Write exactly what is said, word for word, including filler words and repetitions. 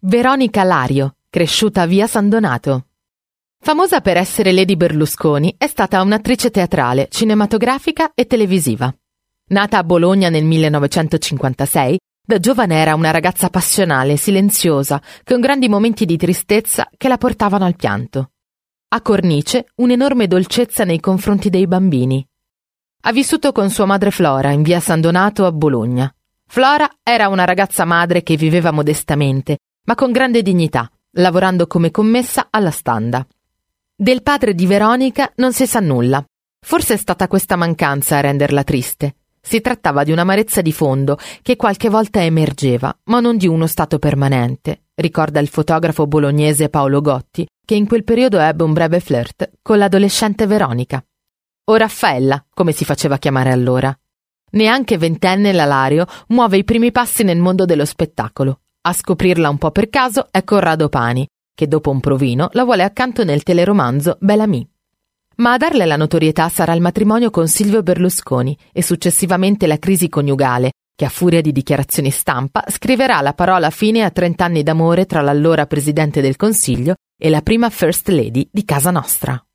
Veronica Lario, cresciuta a via San Donato. Famosa per essere Lady Berlusconi, è stata un'attrice teatrale, cinematografica e televisiva. Nata a Bologna nel millenovecentocinquantasei, da giovane era una ragazza passionale, silenziosa, con grandi momenti di tristezza che la portavano al pianto. A cornice, un'enorme dolcezza nei confronti dei bambini. Ha vissuto con sua madre Flora in via San Donato a Bologna. Flora era una ragazza madre che viveva modestamente, ma con grande dignità, lavorando come commessa alla Standa. Del padre di Veronica non si sa nulla. Forse è stata questa mancanza a renderla triste. Si trattava di un'amarezza di fondo che qualche volta emergeva, ma non di uno stato permanente, ricorda il fotografo bolognese Paolo Gotti, che in quel periodo ebbe un breve flirt con l'adolescente Veronica. O Raffaella, come si faceva chiamare allora. Neanche ventenne la Lario muove i primi passi nel mondo dello spettacolo. A scoprirla un po' per caso è Corrado Pani, che dopo un provino la vuole accanto nel teleromanzo Bel Ami. Ma a darle la notorietà sarà il matrimonio con Silvio Berlusconi e successivamente la crisi coniugale, che a furia di dichiarazioni stampa scriverà la parola fine a trent'anni d'amore tra l'allora Presidente del Consiglio e la prima First Lady di casa nostra.